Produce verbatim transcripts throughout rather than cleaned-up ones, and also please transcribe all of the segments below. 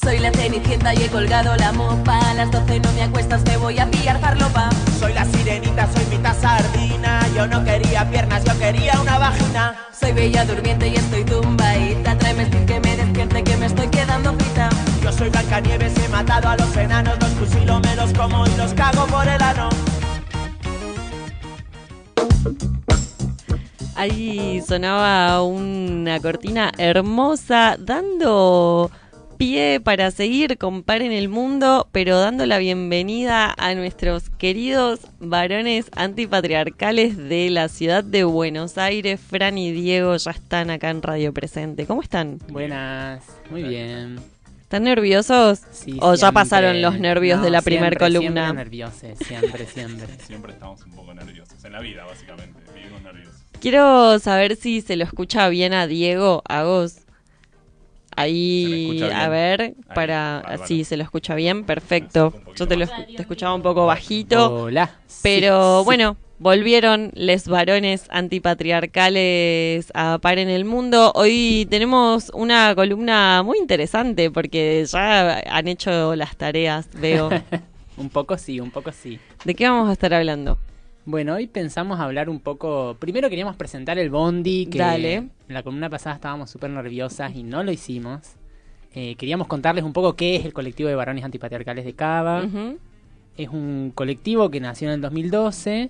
Soy la cenicienta y he colgado la mopa. A las doce no me acuestas, me voy a pillar farlopa. Soy la sirenita, soy mitad sardina. Yo no quería piernas, yo quería una vagina. Soy bella durmiente y estoy tumbaíta. Tráeme Steve que me despierte, que me estoy quedando frita. Yo soy Blancanieves, he matado a los enanos. Los fusilo, me los como y los cago por el ano. Ahí sonaba una cortina hermosa, dando pie para seguir con Par en el Mundo, pero dando la bienvenida a nuestros queridos varones antipatriarcales de la ciudad de Buenos Aires. Fran y Diego ya están acá en Radio Presente. ¿Cómo están? Buenas, muy bien. ¿Están nerviosos? Sí, ¿O ya siempre. pasaron los nervios No, de la primer siempre, columna? Siempre nerviosos, siempre, siempre. Siempre estamos un poco nerviosos. En la vida, básicamente. Vivimos nerviosos. Quiero saber si se lo escucha bien a Diego, a vos. Ahí, a ver, Ahí, para bárbaro. si se lo escucha bien, perfecto. Yo te lo escu- te escuchaba un poco bajito, Hola. pero Sí, sí. bueno, volvieron les varones antipatriarcales a Par en el Mundo. Hoy tenemos una columna muy interesante porque ya han hecho las tareas, veo. Un poco sí, un poco sí. ¿De qué vamos a estar hablando? Bueno, hoy pensamos hablar un poco... Primero queríamos presentar el Bondi, que Dale. en la columna pasada estábamos súper nerviosas y no lo hicimos. Eh, queríamos contarles un poco qué es el colectivo de varones antipatriarcales de Cava. Ujú. Es un colectivo que nació en el dos mil doce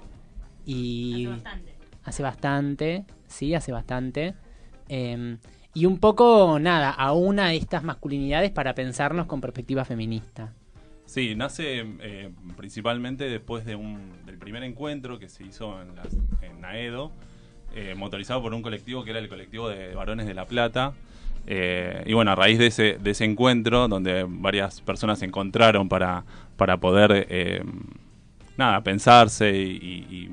y... Hace bastante. Hace bastante, sí, hace bastante. Eh, y un poco, nada, aúna estas masculinidades para pensarnos con perspectiva feminista. Sí, nace eh, principalmente después de un, del primer encuentro que se hizo en, las, en Aedo, eh, motorizado por un colectivo que era el colectivo de varones de La Plata. Eh, y bueno, a raíz de ese, de ese encuentro, donde varias personas se encontraron para, para poder eh, nada, pensarse y, y,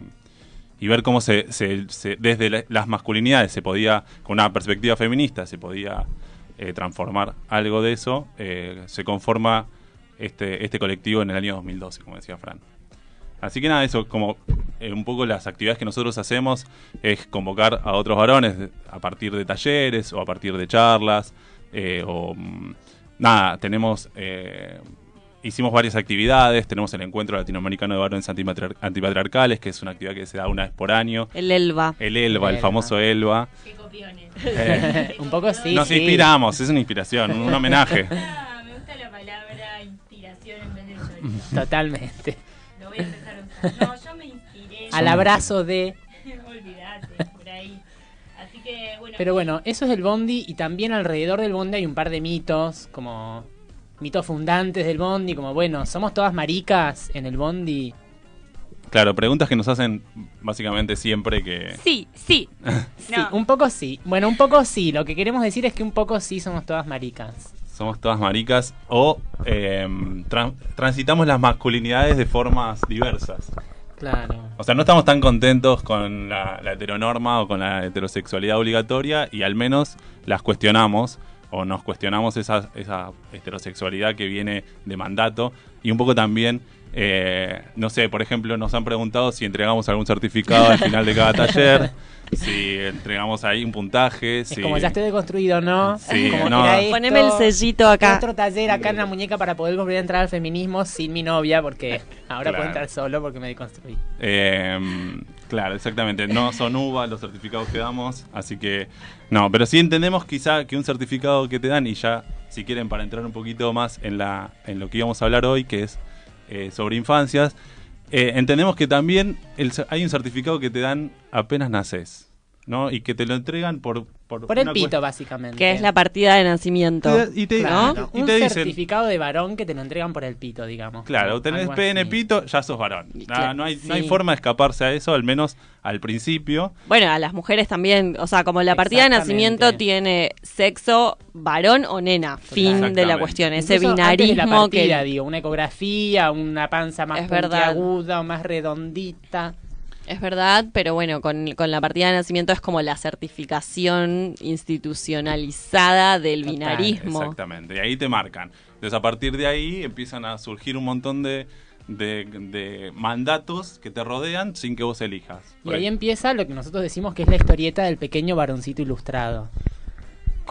y ver cómo se, se, se desde la, las masculinidades se podía, con una perspectiva feminista, se podía eh, transformar algo de eso, eh, se conforma Este, este colectivo en el año dos mil doce, como decía Fran. Así que nada, eso, como eh, un poco las actividades que nosotros hacemos es convocar a otros varones a partir de talleres o a partir de charlas, eh, o mm, nada, tenemos, eh, hicimos varias actividades, tenemos el Encuentro Latinoamericano de Varones Antipatriar- Antipatriarcales, que es una actividad que se da una vez por año. El Elba. El ELVA, el Elva. famoso ELVA. Qué copiones. Eh, Un poco sí, Nos sí. inspiramos, es una inspiración, un homenaje. Ah, me gusta la palabra inspiración en vez de chorizo. Totalmente. Lo voy a empezar a usar. No, yo me inspiré. Al abrazo de... Olvídate, por ahí. Así que, bueno. Pero bueno, eso es el Bondi y también alrededor del Bondi hay un par de mitos, como mitos fundantes del Bondi, como bueno, ¿somos todas maricas en el Bondi? Claro, preguntas que nos hacen básicamente siempre que... Sí, sí. Sí, No. un poco sí. Bueno, un poco sí. Lo que queremos decir es que un poco sí somos todas maricas. Somos todas maricas o eh, tran- transitamos las masculinidades de formas diversas. Claro. O sea, no estamos tan contentos con la, la heteronorma o con la heterosexualidad obligatoria y al menos las cuestionamos o nos cuestionamos esa, esa heterosexualidad que viene de mandato y un poco también, eh, no sé, por ejemplo, nos han preguntado si entregamos algún certificado al final de cada taller, si entregamos ahí un puntaje. Es si... como ya estoy deconstruido, ¿no? Sí, Como no. era esto, Poneme el sellito acá. Otro taller acá en la muñeca para poder volver a entrar al feminismo sin mi novia, porque ahora Claro. puedo entrar solo porque me deconstruí. Eh, claro, exactamente. No son U V A los certificados que damos, así que no, pero sí entendemos quizá que un certificado que te dan, y ya si quieren para entrar un poquito más en la en lo que íbamos a hablar hoy, que es eh, sobre infancias, eh, entendemos que también el, hay un certificado que te dan apenas naces, ¿no? Y que te lo entregan por... Por, Por el una pito, cuest- básicamente. Que es la partida de nacimiento. Y te, Claro, y un te dicen... certificado de varón que te lo entregan por el pito, digamos. Claro, tenés Algo P N así. pito, ya sos varón. Y No, claro, no, hay, sí. no hay forma de escaparse a eso, al menos al principio. Bueno, a las mujeres también, o sea, como la partida de Exactamente. nacimiento tiene sexo varón o nena, fin de la Exactamente. cuestión, ese Incluso antes de la binarismo partida, que digo, una ecografía, una panza más Es verdad. puntiaguda o más redondita. es verdad, pero bueno, con, con la partida de nacimiento es como la certificación institucionalizada del Total, binarismo. Exactamente, y ahí te marcan. Entonces a partir de ahí empiezan a surgir un montón de, de, de mandatos que te rodean sin que vos elijas. Y Por ahí ahí- empieza lo que nosotros decimos que es la historieta del pequeño varoncito ilustrado.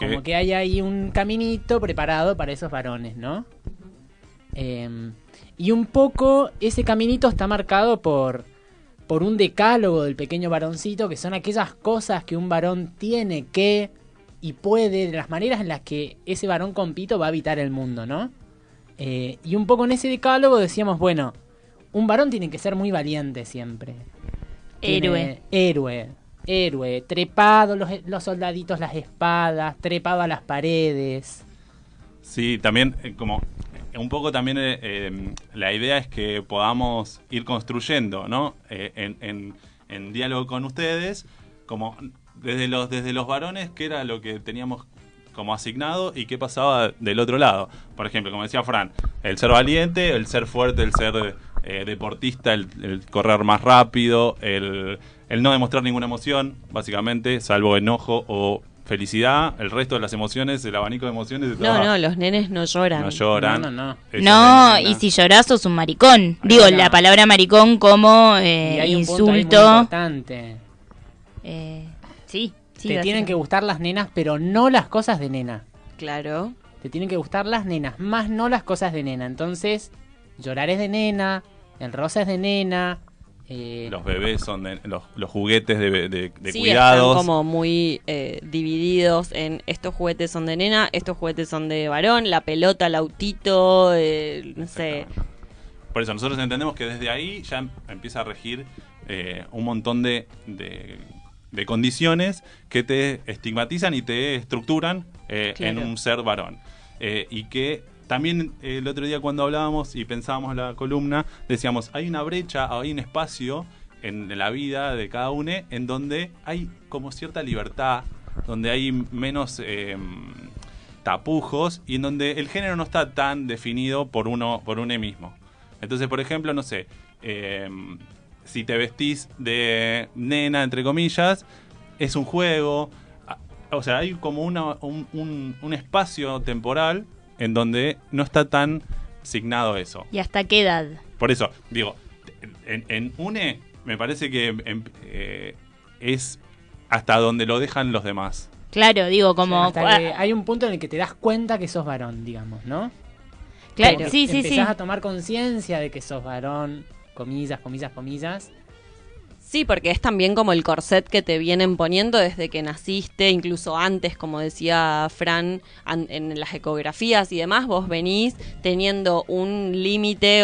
Como que hay ahí un caminito preparado para esos varones, ¿no? Eh, y un poco ese caminito está marcado por, por un decálogo del pequeño varoncito, que son aquellas cosas que un varón tiene que y puede, de las maneras en las que ese varón compito va a habitar el mundo, ¿no? Eh, y un poco en ese decálogo decíamos, bueno, un varón tiene que ser muy valiente siempre. Héroe. Tiene, héroe. Héroe, trepado los, los soldaditos, las espadas, trepado a las paredes. Sí, también eh, como eh, un poco también eh, eh, la idea es que podamos ir construyendo, ¿no? Eh, en, en, en diálogo con ustedes, como desde los desde los varones, qué era lo que teníamos como asignado y qué pasaba del otro lado. Por ejemplo, como decía Fran, el ser valiente, el ser fuerte, el ser eh, deportista, el, el correr más rápido, el, el no demostrar ninguna emoción, básicamente, salvo enojo o felicidad. El resto de las emociones, el abanico de emociones... No, estaba, no, los nenes no lloran. no lloran. No, no, no. Ellos No, de nena. y si llorás sos un maricón. Digo, Ahora- la palabra maricón como eh, Y hay un punto ahí muy insulto. importante. Eh, sí, sí. Te tienen que básicamente. gustar las nenas, pero no las cosas de nena. Claro. Te tienen que gustar las nenas, más no las cosas de nena. Entonces, llorar es de nena, el rosa es de nena. Eh, Los bebés son de, los, los juguetes de, de, de Sí, cuidados. están como muy eh, divididos en estos juguetes son de nena, estos juguetes son de varón, la pelota, el autito, eh, no sé. Por eso nosotros entendemos que desde ahí ya em- empieza a regir eh, un montón de, de, de condiciones que te estigmatizan y te estructuran eh, Claro. en un ser varón. Eh, y que también eh, el otro día cuando hablábamos y pensábamos la columna, decíamos, hay una brecha, hay un espacio en la vida de cada uno en donde hay como cierta libertad, donde hay menos eh, tapujos y en donde el género no está tan definido por uno, por uno mismo. Entonces, por ejemplo, no sé, eh, si te vestís de nena, entre comillas, es un juego. Ah, o sea, hay como una, un, un, un espacio temporal en donde no está tan signado eso. ¿Y hasta qué edad? Por eso, digo, en, en UNE me parece que em, eh, es hasta donde lo dejan los demás. Claro, digo, como... hasta que hay un punto en el que te das cuenta que sos varón, digamos, ¿no? Claro, Como que sí, sí, sí. empezás a tomar conciencia de que sos varón, comillas, comillas, comillas. Sí, porque es también como el corset que te vienen poniendo desde que naciste, incluso antes, como decía Fran, an- en las ecografías y demás, vos venís teniendo un límite,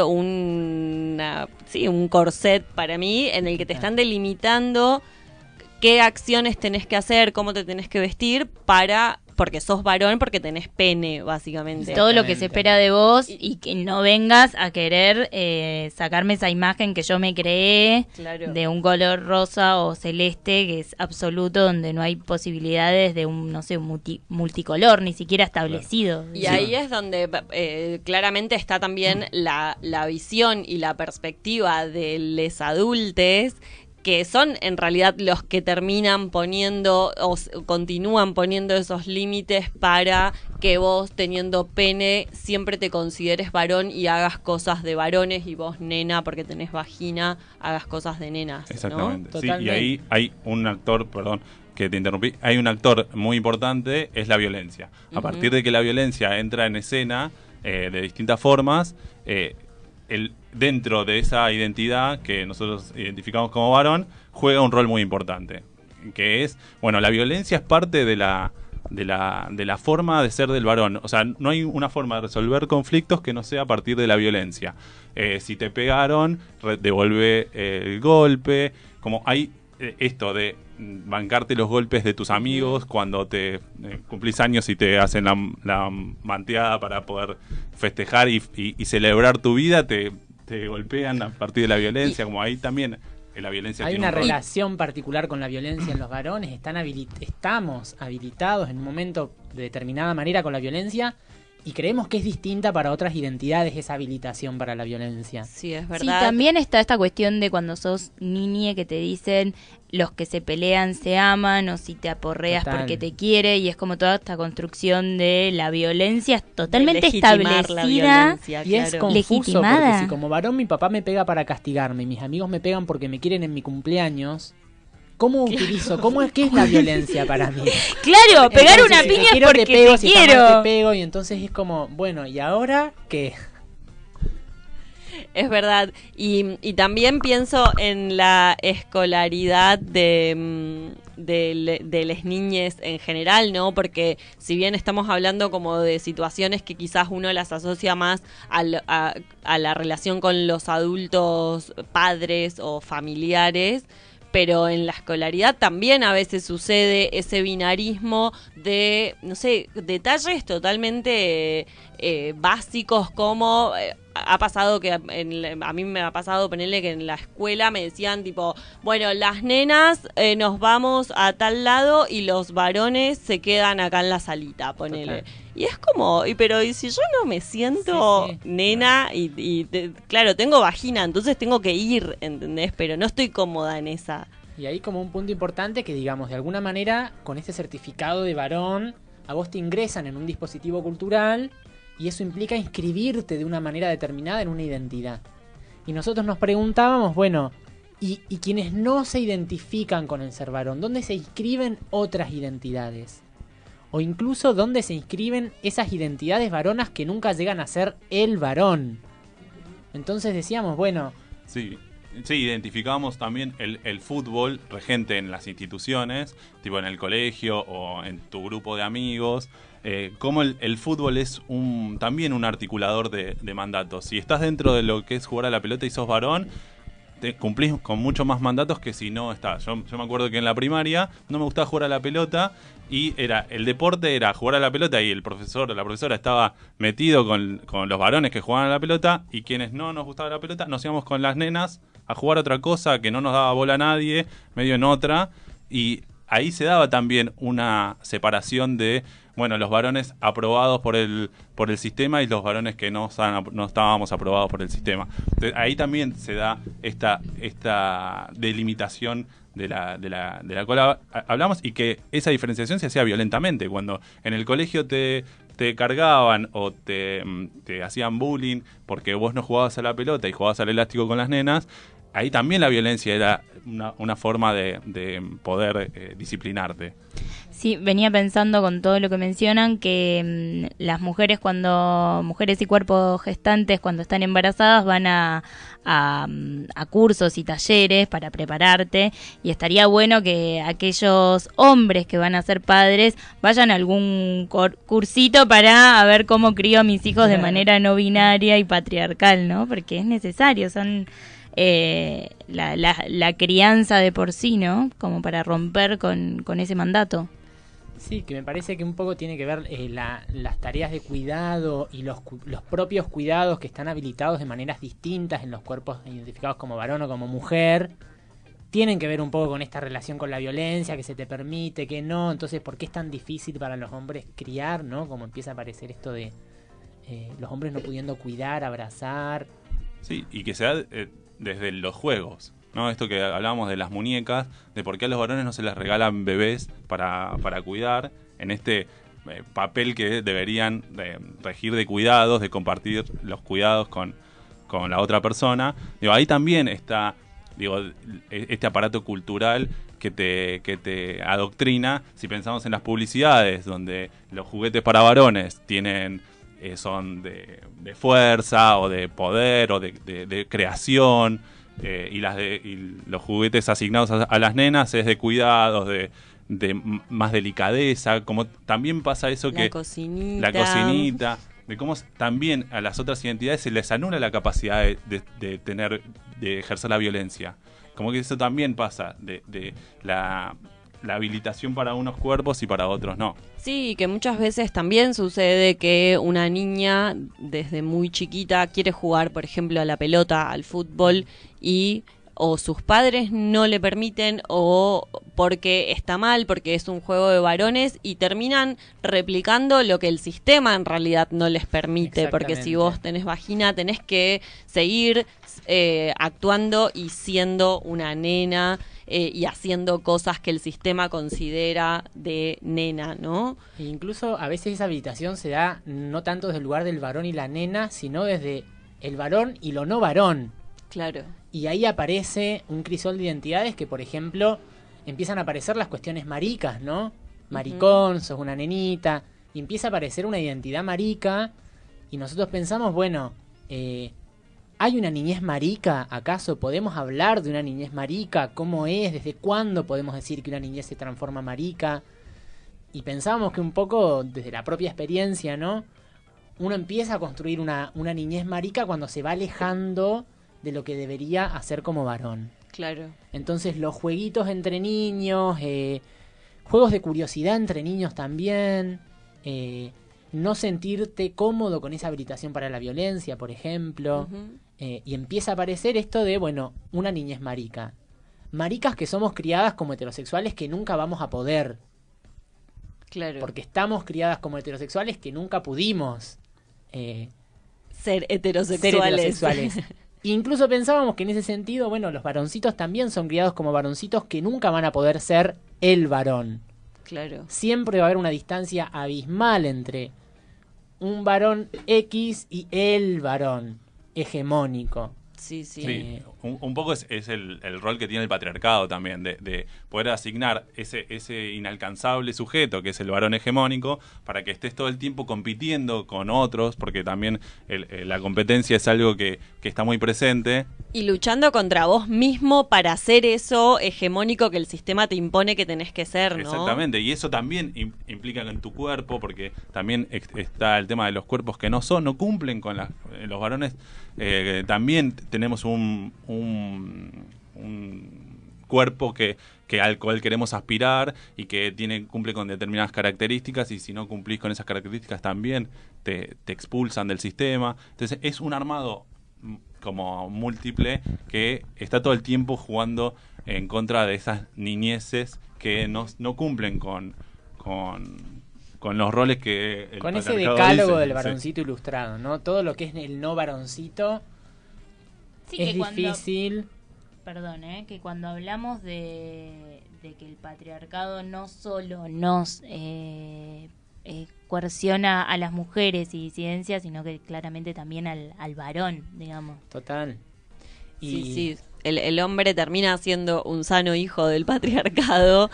un, sí, un corset para mí, en el que te están delimitando qué acciones tenés que hacer, cómo te tenés que vestir para... Porque sos varón, porque tenés pene, básicamente. Todo lo que Exactamente. se espera de vos y que no vengas a querer eh, sacarme esa imagen que yo me creé Claro. de un color rosa o celeste que es absoluto, donde no hay posibilidades de un, no sé, un multi- multicolor ni siquiera establecido. Y Sí. ahí es donde eh, claramente está también la, la visión y la perspectiva de les adultes, que son en realidad los que terminan poniendo o s- continúan poniendo esos límites para que vos, teniendo pene, siempre te consideres varón y hagas cosas de varones, y vos, nena, porque tenés vagina, hagas cosas de nenas, ¿no? Exactamente. Sí, y Totalmente. ahí hay un actor, perdón que te interrumpí, hay un actor muy importante, es la violencia. A Ujú. partir de que la violencia entra en escena eh, de distintas formas, eh, el, dentro de esa identidad que nosotros identificamos como varón, juega un rol muy importante. Que es, bueno, la violencia es parte de la, de la, de la forma de ser del varón. O sea, no hay una forma de resolver conflictos que no sea a partir de la violencia. Eh, si te pegaron, re- devuelve eh, el golpe. Como hay eh, esto de mm, bancarte los golpes de tus amigos cuando te eh, cumplís años y te hacen la, la manteada para poder festejar y, y- y celebrar tu vida, te, te golpean a partir de la violencia. Como ahí también eh, la violencia Hay tiene una un rol. relación particular con la violencia en los varones. Están habili- estamos habilitados en un momento de determinada manera con la violencia y creemos que es distinta para otras identidades esa habilitación para la violencia. Sí, es Sí, verdad. también está esta cuestión de cuando sos niñe que te dicen los que se pelean se aman, o si te aporreas Total. porque te quiere, y es como toda esta construcción de la violencia totalmente De legitimar la establecida. violencia, Y es claro. confuso Legitimada. porque si como varón mi papá me pega para castigarme y mis amigos me pegan porque me quieren en mi cumpleaños, ¿Cómo utilizo? ¿Cómo es que es la violencia para mí? Claro, pegar Entonces, una si piña te es quiero, porque te pego, te si está mal, quiero. te pego, y entonces es como, bueno, ¿y ahora qué? Es verdad. Y, y también pienso en la escolaridad de, mm, de, de las niñas en general, ¿no? Porque si bien estamos hablando como de situaciones que quizás uno las asocia más a, lo- a, a la relación con los adultos, padres o familiares, pero en la escolaridad también a veces sucede ese binarismo de, no sé, detalles totalmente eh, básicos como... eh, ha pasado que en la- a mí me ha pasado ponerle que en la escuela me decían tipo, bueno, las nenas eh, nos vamos a tal lado y los varones se quedan acá en la salita, ponele. Total. Y es como, y pero ¿y si yo no me siento Sí, sí. nena y, y te- claro, tengo vagina, entonces tengo que ir, ¿entendés? Pero no estoy cómoda en esa. Y ahí como un punto importante que digamos, de alguna manera, con este certificado de varón, a vos te ingresan en un dispositivo cultural y eso implica inscribirte de una manera determinada en una identidad. Y nosotros nos preguntábamos, bueno, ¿y, y quienes no se identifican con el ser varón, dónde se inscriben otras identidades? O incluso dónde se inscriben esas identidades varonas que nunca llegan a ser el varón. Entonces decíamos, bueno, Sí, sí, identificamos también el, el fútbol regente en las instituciones, tipo en el colegio o en tu grupo de amigos, eh, como el, el fútbol es un también un articulador de, de mandatos. Si estás dentro de lo que es jugar a la pelota y sos varón, te cumplís con muchos más mandatos que si no estás. Yo, yo me acuerdo que en la primaria no me gustaba jugar a la pelota y era el deporte era jugar a la pelota y el profesor o la profesora estaba metido con, con los varones que jugaban a la pelota y quienes no nos gustaba la pelota nos íbamos con las nenas a jugar a otra cosa que no nos daba bola a nadie, medio en otra, y ahí se daba también una separación de, bueno, los varones aprobados por el por el sistema y los varones que no, estaban, no estábamos aprobados por el sistema. Entonces, ahí también se da esta esta delimitación de la, de la, de la cual ha- hablamos y que esa diferenciación se hacía violentamente. Cuando en el colegio te, te cargaban o te, mm, te hacían bullying porque vos no jugabas a la pelota y jugabas al elástico con las nenas, ahí también la violencia era una, una forma de, de poder eh, disciplinarte. Sí, venía pensando con todo lo que mencionan que mm, las mujeres cuando, mujeres y cuerpos gestantes cuando están embarazadas van a, a, mm, a cursos y talleres para prepararte y estaría bueno que aquellos hombres que van a ser padres vayan a algún cor- cursito para a ver cómo crío a mis hijos de manera no binaria y patriarcal, ¿no? Porque es necesario, son... Eh, la, la, la crianza de por sí, ¿no? Como para romper con, con ese mandato. sí, que me parece que un poco tiene que ver eh, la- las tareas de cuidado y los, cu- los propios cuidados que están habilitados de maneras distintas en los cuerpos identificados como varón o como mujer. Tienen que ver un poco con esta relación con la violencia, que se te permite, que no. Entonces, ¿por qué es tan difícil para los hombres criar, no? Como empieza a aparecer esto de eh, los hombres no pudiendo cuidar, abrazar. Sí, y que se da eh, desde los juegos, ¿no? Esto que hablábamos de las muñecas, de por qué a los varones no se les regalan bebés para, para cuidar, en este eh, papel que deberían eh, regir de cuidados, de compartir los cuidados con, con la otra persona. Digo, ahí también está, digo, este aparato cultural que te, que te adoctrina. Si pensamos en las publicidades, donde los juguetes para varones tienen... Eh, son de, de fuerza o de poder o de, de, de creación, eh, y las de, y los juguetes asignados a, a las nenas es de cuidados, de, de m- más delicadeza, como también pasa eso La que cocinita. la cocinita, de cómo s- también a las otras identidades se les anula la capacidad de, de, de tener, de ejercer la violencia, como que eso también pasa, de, de la, la habilitación para unos cuerpos y para otros no. Sí, que muchas veces también sucede que una niña desde muy chiquita quiere jugar, por ejemplo, a la pelota, al fútbol, y o sus padres no le permiten o porque está mal, porque es un juego de varones y terminan replicando lo que el sistema en realidad no les permite, porque si Exactamente. vos tenés vagina tenés que seguir eh, actuando y siendo una nena eh, y haciendo cosas que el sistema considera de nena, ¿no? E incluso a veces esa habilitación se da no tanto desde el lugar del varón y la nena, sino desde el varón y lo no varón. Claro. Y ahí aparece un crisol de identidades que, por ejemplo, empiezan a aparecer las cuestiones maricas, ¿no? Maricón, uh-huh. sos una nenita, y empieza a aparecer una identidad marica, y nosotros pensamos, bueno, eh, ¿hay una niñez marica? ¿Acaso podemos hablar de una niñez marica? ¿Cómo es? ¿Desde cuándo podemos decir que una niñez se transforma marica? Y pensábamos que un poco desde la propia experiencia, ¿no? Uno empieza a construir una, una niñez marica cuando se va alejando de lo que debería hacer como varón. Claro. Entonces los jueguitos entre niños, eh, juegos de curiosidad entre niños también, eh, no sentirte cómodo con esa habilitación para la violencia, por ejemplo, uh-huh. eh, y empieza a aparecer esto de, bueno, una niñez marica. Maricas que somos criadas como heterosexuales que nunca vamos a poder. Claro. Porque estamos criadas como heterosexuales que nunca pudimos eh, ser heterosexuales. Ser heterosexuales. Incluso pensábamos que en ese sentido, bueno, los varoncitos también son criados como varoncitos que nunca van a poder ser el varón. Claro. Siempre va a haber una distancia abismal entre un varón X y el varón hegemónico. Sí, sí. Sí, un, un poco es, es el, el rol que tiene el patriarcado también, de, de poder asignar ese, ese inalcanzable sujeto que es el varón hegemónico para que estés todo el tiempo compitiendo con otros, porque también el, el, la competencia es algo que, que está muy presente. Y luchando contra vos mismo para hacer eso hegemónico que el sistema te impone que tenés que ser, ¿no? Exactamente, y eso también im- implica que en tu cuerpo, porque también ex- está el tema de los cuerpos que no son, no cumplen con las, los varones. Eh, también tenemos un, un, un cuerpo que, que al cual queremos aspirar y que tiene cumple con determinadas características, y si no cumplís con esas características también te, te expulsan del sistema. Entonces es un armado como múltiple que está todo el tiempo jugando en contra de esas niñeces que no, no cumplen con... con con los roles que el con ese patriarcado decálogo dice. del varoncito sí. ilustrado, ¿no? Todo lo que es el no varoncito sí, es que difícil. Cuando, perdón, ¿eh? Que cuando hablamos de, de que el patriarcado no solo nos eh, eh, coerciona a las mujeres y disidencias, sino que claramente también al, al varón, digamos. Total. Y... Sí, sí. El, el hombre termina siendo un sano hijo del patriarcado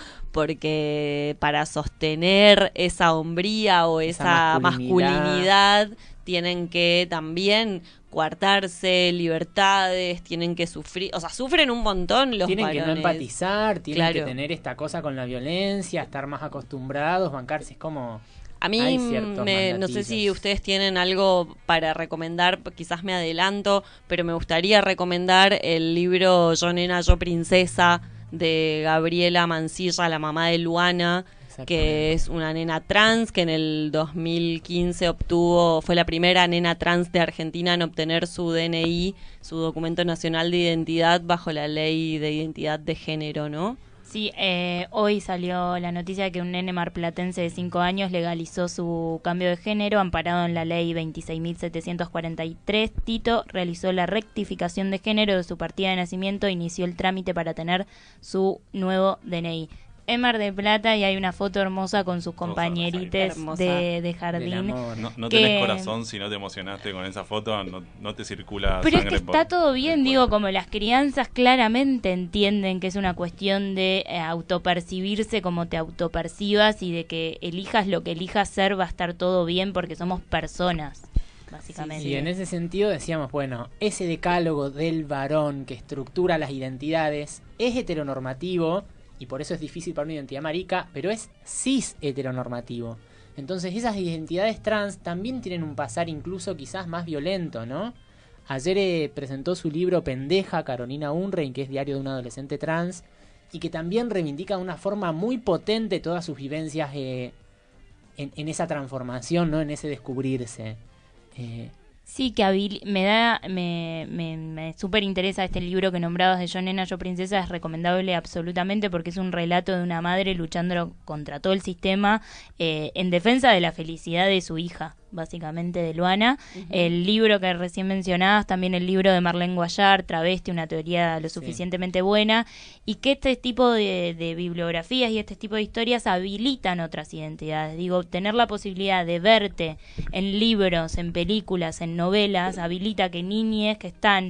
porque para sostener esa hombría o esa, esa masculinidad. masculinidad tienen que también coartarse libertades, tienen que sufrir, o sea, sufren un montón los tienen varones. Que no empatizar, tienen claro. que tener esta cosa con la violencia, estar más acostumbrados, bancarse, es como... A mí, me, no sé si ustedes tienen algo para recomendar, quizás me adelanto, pero me gustaría recomendar el libro Yo Nena, Yo Princesa, de Gabriela Mancilla, la mamá de Luana, que es una nena trans que en el dos mil quince obtuvo, fue la primera nena trans de Argentina en obtener su D N I, su documento nacional de identidad, bajo la ley de identidad de género, ¿no? Sí, eh, hoy salió la noticia de que un nene marplatense de cinco años legalizó su cambio de género, amparado en la ley veintiséis mil setecientos cuarenta y tres. Tito realizó la rectificación de género de su partida de nacimiento e inició el trámite para tener su nuevo D N I. En Mar del Plata, y hay una foto hermosa con sus compañerites de, de jardín. No, no que... tenés corazón si no te emocionaste con esa foto, no, no te circula Pero sangre. es que está por, todo bien, digo, como las crianzas claramente entienden que es una cuestión de eh, autopercibirse como te autopercibas y de que elijas lo que elijas ser, va a estar todo bien porque somos personas. Básicamente. Sí, y en ese sentido decíamos, bueno, ese decálogo del varón que estructura las identidades es heteronormativo, y por eso es difícil para una identidad marica, pero es cis heteronormativo. Entonces esas identidades trans también tienen un pasar incluso quizás más violento, ¿no? Ayer eh, presentó su libro Pendeja, Carolina Unrein, que es Diario de un adolescente trans, y que también reivindica de una forma muy potente todas sus vivencias eh, en, en esa transformación, ¿no? En ese descubrirse. Eh, Sí, que habil- me da, me, me, me súper interesa este libro que nombrabas de Yo Nena, Yo Princesa, es recomendable absolutamente porque es un relato de una madre luchando contra todo el sistema eh, en defensa de la felicidad de su hija, básicamente de Luana. Uh-huh. El libro que recién mencionabas, también el libro de Marlene Guayar, Travesti, una teoría lo suficientemente sí. buena, y que este tipo de, de bibliografías y este tipo de historias habilitan otras identidades. Digo, tener la posibilidad de verte en libros, en películas, en novelas, habilita que niñes que están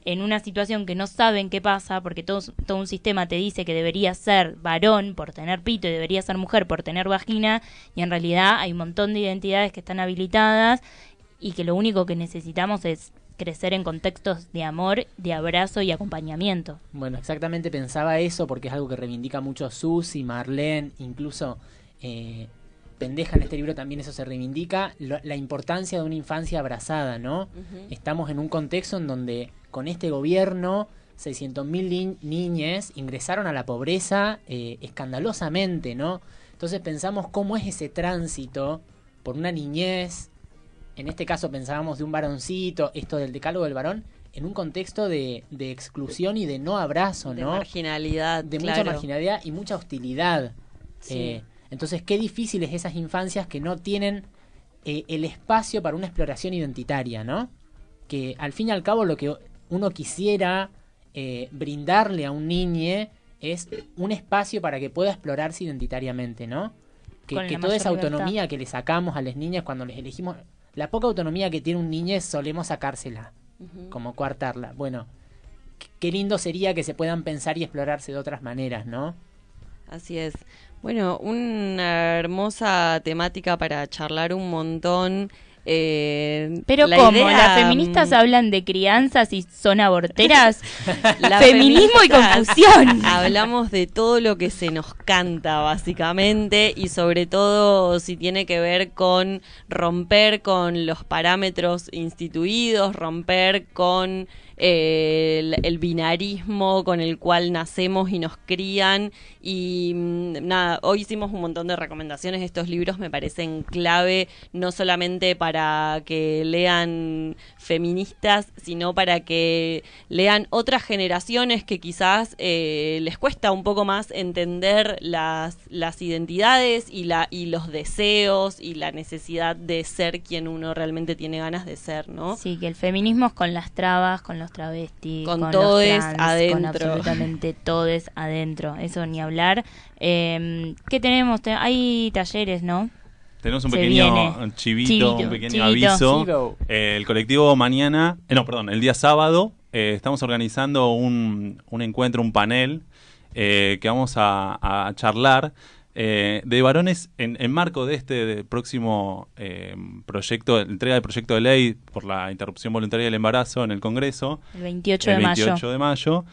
en una situación que no saben qué pasa, porque todo, todo un sistema te dice que debería ser varón por tener pito y debería ser mujer por tener vagina, y en realidad hay un montón de identidades que están habilitadas y que lo único que necesitamos es crecer en contextos de amor, de abrazo y acompañamiento. Bueno, exactamente pensaba eso porque es algo que reivindica mucho Susi, Marlene, incluso eh, Pendeja en este libro también eso se reivindica, lo, la importancia de una infancia abrazada, ¿no? Uh-huh. Estamos en un contexto en donde con este gobierno seiscientos mil ni- niñes ingresaron a la pobreza eh, escandalosamente, ¿no? Entonces pensamos cómo es ese tránsito por una niñez. En este caso pensábamos de un varoncito, esto del decálogo del varón, en un contexto de, de exclusión y de no abrazo, de ¿no? De marginalidad, De claro. mucha marginalidad y mucha hostilidad. Sí. Eh, entonces, qué difíciles esas infancias que no tienen eh, el espacio para una exploración identitaria, ¿no? Que al fin y al cabo lo que uno quisiera eh, brindarle a un niño es un espacio para que pueda explorarse identitariamente, ¿no? Que, que toda esa libertad. autonomía que le sacamos a las niñas cuando les elegimos... La poca autonomía que tiene un niño solemos sacársela, uh-huh. como coartarla. Bueno, qué lindo sería que se puedan pensar y explorarse de otras maneras, ¿no? Así es. Bueno, una hermosa temática para charlar un montón. Eh, Pero la ¿cómo? idea, ¿Las feministas um, hablan de crianzas y son aborteras? La Feminismo y confusión. Hablamos de todo lo que se nos canta, básicamente, y sobre todo si tiene que ver con romper con los parámetros instituidos, romper con eh, el, el binarismo con el cual nacemos y nos crían. Y nada, hoy hicimos un montón de recomendaciones. Estos libros me parecen clave, no solamente para que lean feministas, sino para que lean otras generaciones que quizás eh, les cuesta un poco más entender las, las identidades y, la, y los deseos y la necesidad de ser quien uno realmente tiene ganas de ser, ¿no? Sí, que el feminismo es con las trabas, con los travestis, con, con todes los trans, adentro. con absolutamente todes adentro, eso ni hablar. Eh, ¿Qué tenemos? Te- hay talleres, ¿no? Tenemos un Se pequeño viene. chivito, Chivito, un pequeño chivito. aviso. Chivo. Eh, el colectivo mañana, eh, no, perdón, el día sábado, eh, estamos organizando un, un encuentro, un panel, eh, que vamos a, a charlar eh, de varones en, en marco de este de próximo eh, proyecto, entrega del proyecto de ley por la interrupción voluntaria del embarazo en el Congreso. El veintiocho el de mayo. veintiocho de mayo.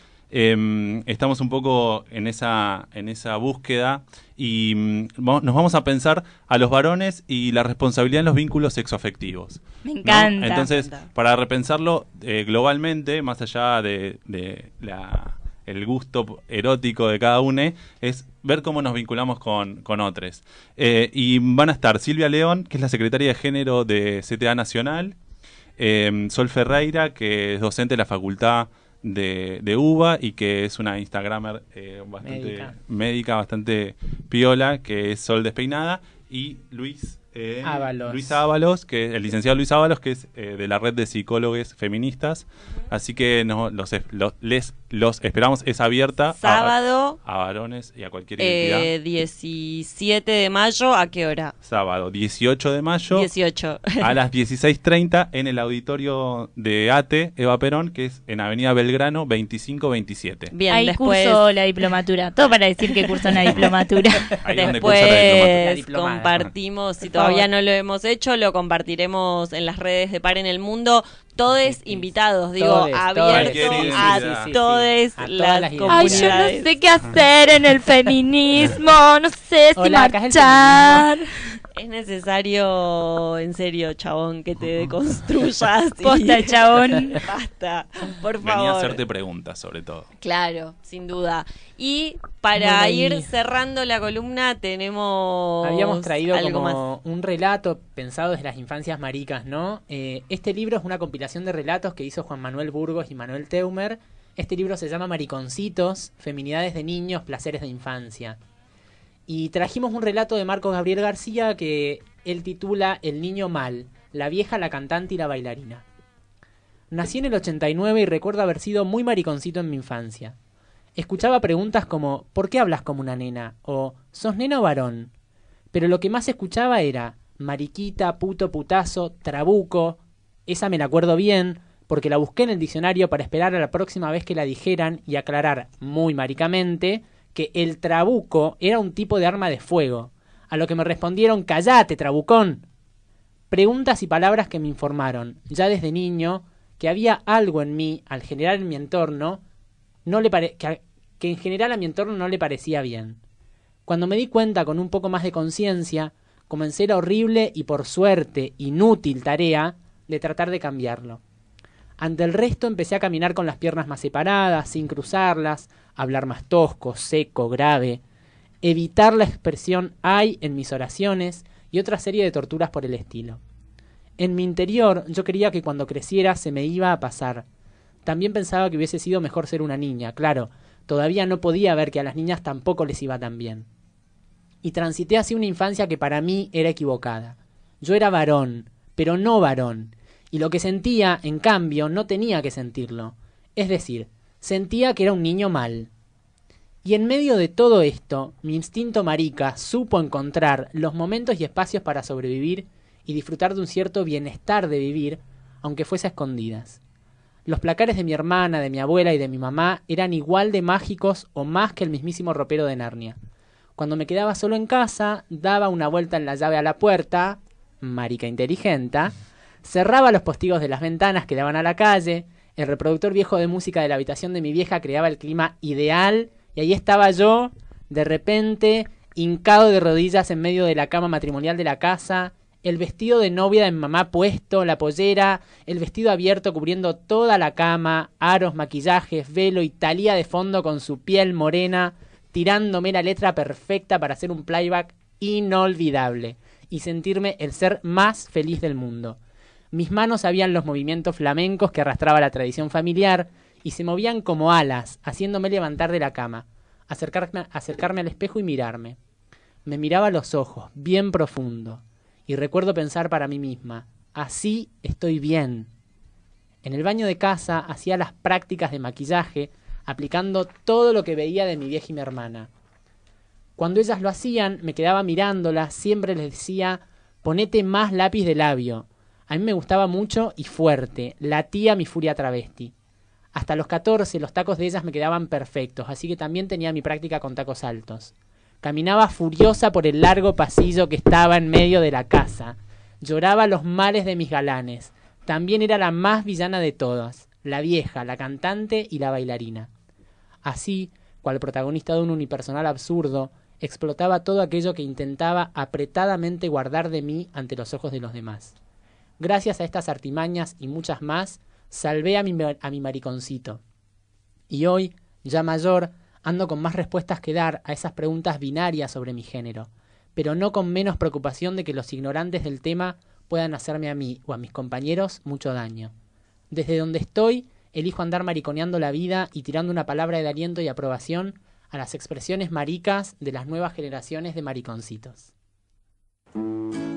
Eh, estamos un poco en esa en esa búsqueda y mm, vamos- nos vamos a pensar a los varones y la responsabilidad en los vínculos sexoafectivos. Me ¿no? encanta. Entonces, Me encanta. para repensarlo eh, globalmente, más allá de, de la, el gusto erótico de cada uno, es ver cómo nos vinculamos con, con otros. Eh, y van a estar Silvia León, que es la secretaria de Género de C T A Nacional, eh, Sol Ferreira, que es docente de la Facultad de, de UBA y que es una Instagramer eh, bastante Médica. médica, bastante piola, que es Sol Despeinada, y Luis eh, Ábalos. Luis Ábalos, que es el licenciado Luis Ábalos, que es eh, de la red de psicólogos feministas. Así que no, los, es- los, les, los esperamos, es abierta a- Sábado, a, varones y a cualquier identidad. eh, diecisiete de mayo, ¿a qué hora? Sábado dieciocho de mayo dieciocho. a las dieciséis treinta en el auditorio de ATE, Eva Perón, que es en Avenida Belgrano veinticinco veintisiete. Bien, Ahí después, curso la diplomatura. Todo para decir que curso una diplomatura. Ahí donde cursa la después diplomatura. La diplomada. compartimos, si Por todavía favor. no lo hemos hecho, lo compartiremos en las redes de Par en el Mundo. Todes Sí, sí. invitados, digo, Todes, abierto todes. a Sí, sí, sí, sí. todes A todas las las Ay, yo no comunidades. sé qué hacer en el feminismo. No sé si Hola, acá es el marchar. Es necesario, en serio, chabón, que te deconstruyas. y- Posta, chabón. Basta, por Venía a favor. hacerte preguntas, sobre todo. Claro, sin duda. Y para Bueno, ir y- cerrando la columna tenemos Habíamos traído algo como más. un relato pensado desde las infancias maricas, ¿no? Eh, este libro es una compilación de relatos que hizo Juan Manuel Burgos y Manuel Teumer. Este libro se llama Mariconcitos, Feminidades de Niños, Placeres de Infancia. Y trajimos un relato de Marcos Gabriel García que él titula El niño mal, la vieja, la cantante y la bailarina. Nací en el ochenta y nueve y recuerdo haber sido muy mariconcito en mi infancia. Escuchaba preguntas como ¿por qué hablas como una nena? O ¿sos nena o varón? Pero lo que más escuchaba era mariquita, puto, putazo, trabuco, esa me la acuerdo bien, porque la busqué en el diccionario para esperar a la próxima vez que la dijeran y aclarar muy maricamente que el trabuco era un tipo de arma de fuego, a lo que me respondieron «¡Cállate, trabucón!». Preguntas y palabras que me informaron, ya desde niño, que había algo en mí, al general en mi entorno, no le pare- que, que en general a mi entorno no le parecía bien. Cuando me di cuenta con un poco más de conciencia, comencé la horrible y por suerte inútil tarea de tratar de cambiarlo. Ante el resto empecé a caminar con las piernas más separadas, sin cruzarlas, hablar más tosco, seco, grave, evitar la expresión «ay» en mis oraciones y otra serie de torturas por el estilo. En mi interior yo quería que cuando creciera se me iba a pasar. También pensaba que hubiese sido mejor ser una niña, claro, todavía no podía ver que a las niñas tampoco les iba tan bien. Y transité así una infancia que para mí era equivocada. Yo era varón, pero no varón, y lo que sentía, en cambio, no tenía que sentirlo. Es decir, sentía que era un niño mal. Y en medio de todo esto, mi instinto marica supo encontrar los momentos y espacios para sobrevivir y disfrutar de un cierto bienestar de vivir, aunque fuese a escondidas. Los placares de mi hermana, de mi abuela y de mi mamá eran igual de mágicos o más que el mismísimo ropero de Narnia. Cuando me quedaba solo en casa, daba una vuelta en la llave a la puerta, marica inteligente, cerraba los postigos de las ventanas que daban a la calle, el reproductor viejo de música de la habitación de mi vieja creaba el clima ideal, y ahí estaba yo, de repente, hincado de rodillas en medio de la cama matrimonial de la casa, el vestido de novia de mi mamá puesto, la pollera, el vestido abierto cubriendo toda la cama, aros, maquillajes, velo y Thalía de fondo con su piel morena, tirándome la letra perfecta para hacer un playback inolvidable y sentirme el ser más feliz del mundo. Mis manos sabían los movimientos flamencos que arrastraba la tradición familiar y se movían como alas, haciéndome levantar de la cama, acercarme, acercarme al espejo y mirarme. Me miraba a los ojos, bien profundo. Y recuerdo pensar para mí misma, así estoy bien. En el baño de casa hacía las prácticas de maquillaje, aplicando todo lo que veía de mi vieja y mi hermana. Cuando ellas lo hacían, me quedaba mirándolas, siempre les decía, ponete más lápiz de labio. A mí me gustaba mucho y fuerte, latía mi furia travesti. Hasta los catorce los tacos de ellas me quedaban perfectos, así que también tenía mi práctica con tacos altos. Caminaba furiosa por el largo pasillo que estaba en medio de la casa. Lloraba los males de mis galanes. También era la más villana de todas, la vieja, la cantante y la bailarina. Así, cual protagonista de un unipersonal absurdo, explotaba todo aquello que intentaba apretadamente guardar de mí ante los ojos de los demás. Gracias a estas artimañas y muchas más, salvé a mi, a mi mariconcito. Y hoy, ya mayor, ando con más respuestas que dar a esas preguntas binarias sobre mi género, pero no con menos preocupación de que los ignorantes del tema puedan hacerme a mí o a mis compañeros mucho daño. Desde donde estoy, elijo andar mariconeando la vida y tirando una palabra de aliento y aprobación a las expresiones maricas de las nuevas generaciones de mariconcitos.